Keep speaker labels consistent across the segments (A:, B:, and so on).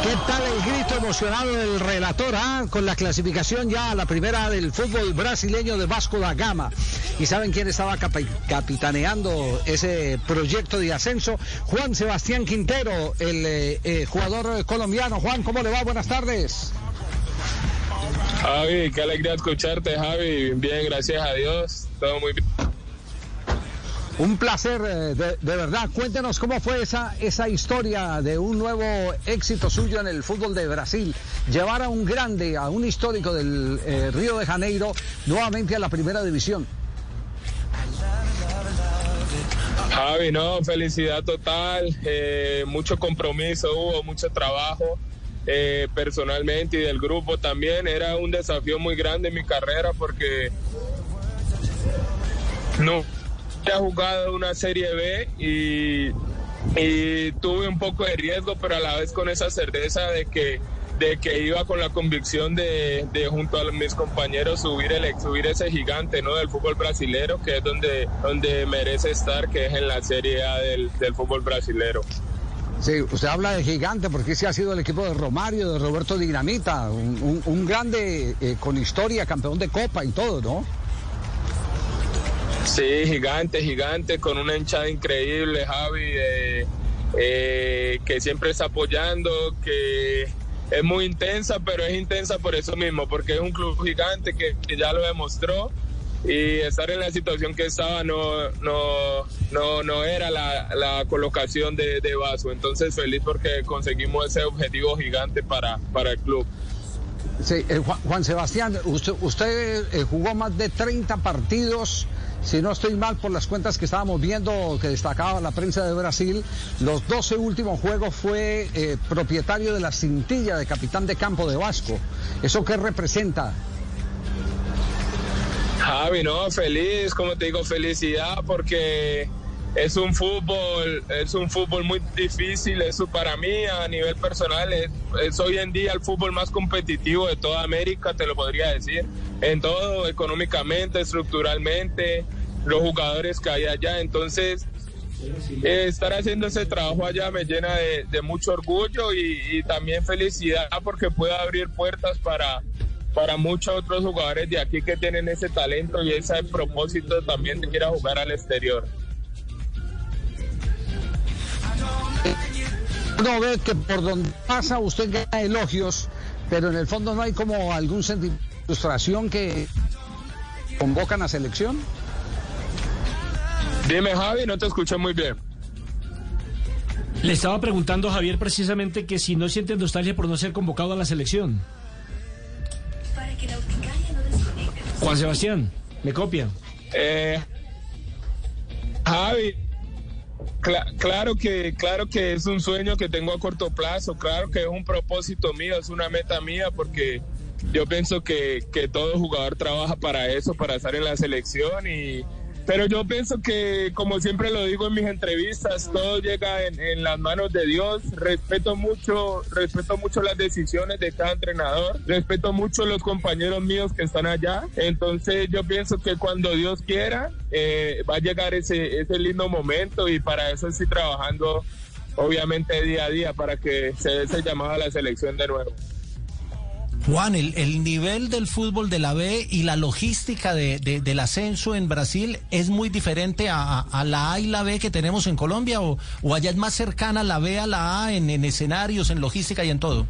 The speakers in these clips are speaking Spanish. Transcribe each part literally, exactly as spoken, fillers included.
A: ¿Qué tal el grito emocionado del relator ah? con la clasificación ya a la primera del fútbol brasileño de Vasco da Gama? ¿Y saben quién estaba cap- capitaneando ese proyecto de ascenso? Juan Sebastián Quintero, el eh, eh, jugador colombiano. Juan, ¿cómo le va? Buenas tardes.
B: Javi, qué alegría escucharte, Javi. Bien, gracias a Dios. Todo muy bien.
A: Un placer, de, de verdad. Cuéntenos cómo fue esa, esa historia de un nuevo éxito suyo en el fútbol de Brasil. Llevar a un grande, a un histórico del eh, Río de Janeiro, nuevamente a la primera división.
B: Javi, no, felicidad total. Eh, mucho compromiso hubo, mucho trabajo eh, personalmente y del grupo también. Era un desafío muy grande en mi carrera porque no he jugado una Serie B y, y tuve un poco de riesgo, pero a la vez con esa certeza de que, de que iba con la convicción de, de junto a mis compañeros subir, el, subir ese gigante, ¿no?, del fútbol brasilero, que es donde, donde merece estar, que es en la Serie A del, del fútbol brasilero.
A: Sí, usted habla de gigante porque ese ha sido el equipo de Romario, de Roberto Dinamita, un, un, un grande eh, con historia, campeón de Copa y todo, ¿no?
B: Sí, gigante, gigante, con una hinchada increíble, Javi, eh, eh, que siempre está apoyando, que es muy intensa, pero es intensa por eso mismo, porque es un club gigante que, que ya lo demostró, y estar en la situación que estaba no, no, no, no era la, la colocación de, de Vasco. Entonces feliz porque conseguimos ese objetivo gigante para, para el club.
A: Sí, eh, Juan, Juan Sebastián, usted, usted eh, jugó más de treinta partidos, si no estoy mal por las cuentas que estábamos viendo, que destacaba la prensa de Brasil. Los doce últimos juegos fue eh, propietario de la cintilla de capitán de campo de Vasco. ¿Eso qué representa?
B: Javi, no, feliz, como te digo, felicidad porque es un fútbol, es un fútbol muy difícil. Eso para mí a nivel personal es, es hoy en día el fútbol más competitivo de toda América, te lo podría decir, en todo, económicamente, estructuralmente, los jugadores que hay allá. Entonces eh, estar haciendo ese trabajo allá me llena de, de mucho orgullo y, y también felicidad porque puedo abrir puertas para para muchos otros jugadores de aquí que tienen ese talento y ese propósito también de ir a jugar al exterior.
A: No ve que por donde pasa usted gana elogios, pero en el fondo no hay como algún sentimiento de frustración que convocan a selección.
B: Dime, Javi, no te escuché muy bien.
C: Le estaba preguntando a Javier precisamente que si no siente nostalgia por no ser convocado a la selección. Juan Sebastián, ¿me copia?
B: Eh, Javi, cl- claro que, claro que es un sueño que tengo a corto plazo, claro que es un propósito mío, es una meta mía, porque yo pienso que, que todo jugador trabaja para eso, para estar en la selección, y pero yo pienso que, como siempre lo digo en mis entrevistas, todo llega en, en las manos de Dios. Respeto mucho, respeto mucho las decisiones de cada entrenador, respeto mucho los compañeros míos que están allá. Entonces yo pienso que cuando Dios quiera, eh, va a llegar ese, ese lindo momento, y para eso estoy trabajando, obviamente, día a día, para que se dé ese llamado a la selección de nuevo.
D: Juan, el, el nivel del fútbol de la B y la logística de, de, del ascenso en Brasil es muy diferente a, a la A y la B que tenemos en Colombia, o, o allá es más cercana la B a la A en, en escenarios, en logística y en todo.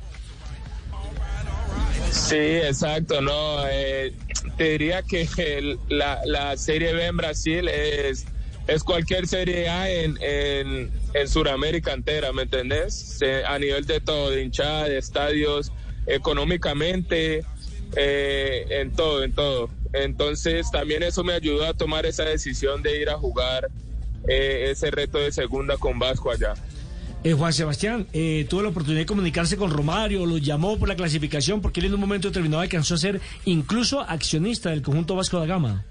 B: Sí, exacto, no, eh, te diría que el, la, la Serie B en Brasil es, es cualquier Serie A en, en, en Sudamérica entera, ¿me entendés? Eh, a nivel de todo, de hinchada, de estadios, económicamente, eh, en todo, en todo. Entonces también eso me ayudó a tomar esa decisión de ir a jugar eh, ese reto de segunda con Vasco allá.
C: Eh, Juan Sebastián, eh, tuvo la oportunidad de comunicarse con Romario, lo llamó por la clasificación, porque él en un momento determinado alcanzó a ser incluso accionista del conjunto Vasco da Gama.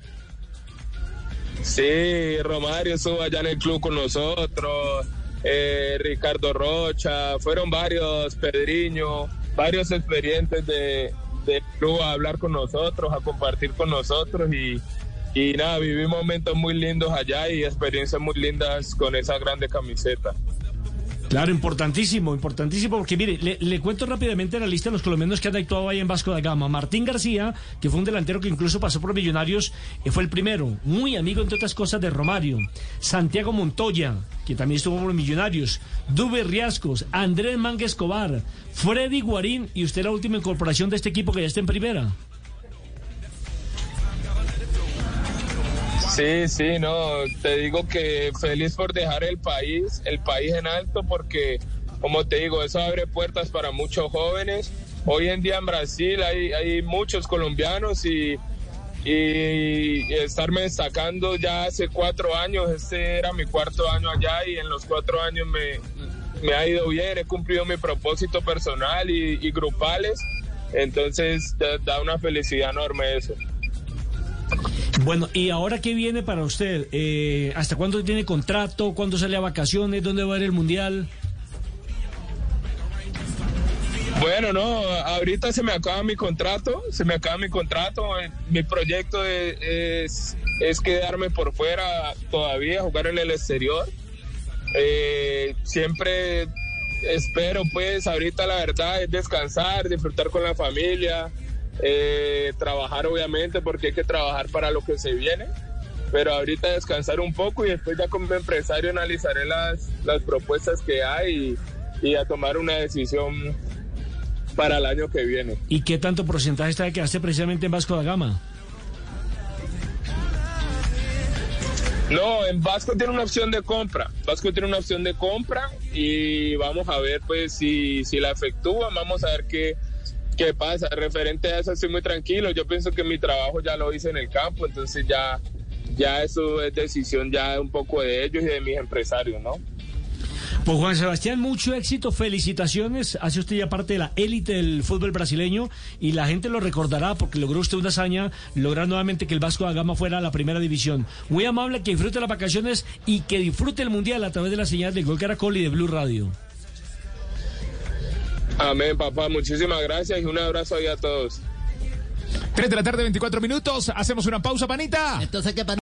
B: Sí, Romario estuvo allá en el club con nosotros, eh, Ricardo Rocha, fueron varios, Pedriño, varios experientes de, de club a hablar con nosotros, a compartir con nosotros, y, y nada, viví momentos muy lindos allá y experiencias muy lindas con esa grande camiseta.
C: Claro, importantísimo, importantísimo, porque mire, le, le cuento rápidamente la lista de los colombianos que han actuado ahí en Vasco da Gama. Martín García, que fue un delantero que incluso pasó por Millonarios, eh, fue el primero, muy amigo, entre otras cosas, de Romario. Santiago Montoya, que también estuvo por Millonarios. Dube Riascos, Andrés Manga Escobar, Freddy Guarín, y usted la última incorporación de este equipo que ya está en primera.
B: Sí, sí, no, te digo que feliz por dejar el país, el país en alto, porque, como te digo, eso abre puertas para muchos jóvenes. Hoy en día en Brasil hay, hay muchos colombianos y, y estarme destacando ya hace cuatro años, este era mi cuarto año allá y en los cuatro años me, me ha ido bien, he cumplido mi propósito personal y, y grupales, entonces da, da una felicidad enorme eso.
C: Bueno, ¿y ahora qué viene para usted? Eh, ¿Hasta cuándo tiene contrato? ¿Cuándo sale a vacaciones? ¿Dónde va a ir el Mundial?
B: Bueno, no, ahorita se me acaba mi contrato, se me acaba mi contrato. Mi proyecto es, es, es quedarme por fuera todavía, jugar en el exterior. Eh, siempre espero, pues, ahorita la verdad es descansar, disfrutar con la familia. Eh, trabajar obviamente porque hay que trabajar para lo que se viene, pero ahorita descansar un poco y después ya como empresario analizaré las, las propuestas que hay y, y a tomar una decisión para el año que viene.
C: ¿Y qué tanto porcentaje está de quedarse precisamente en Vasco da Gama?
B: No, en Vasco tiene una opción de compra, Vasco tiene una opción de compra y vamos a ver pues si, si la efectúan, vamos a ver qué ¿Qué pasa? Referente a eso estoy muy tranquilo, yo pienso que mi trabajo ya lo hice en el campo, entonces ya, ya eso es decisión ya un poco de ellos y de mis empresarios, ¿no?
C: Pues Juan Sebastián, mucho éxito, felicitaciones, hace usted ya parte de la élite del fútbol brasileño y la gente lo recordará porque logró usted una hazaña, lograr nuevamente que el Vasco da Gama fuera a la primera división. Muy amable, que disfrute las vacaciones y que disfrute el Mundial a través de la señal de Gol Caracol y de Blue Radio.
B: Amén, papá, muchísimas gracias y un abrazo ahí a todos.
E: tres de la tarde, veinticuatro minutos, hacemos una pausa, panita.
F: Entonces, ¿qué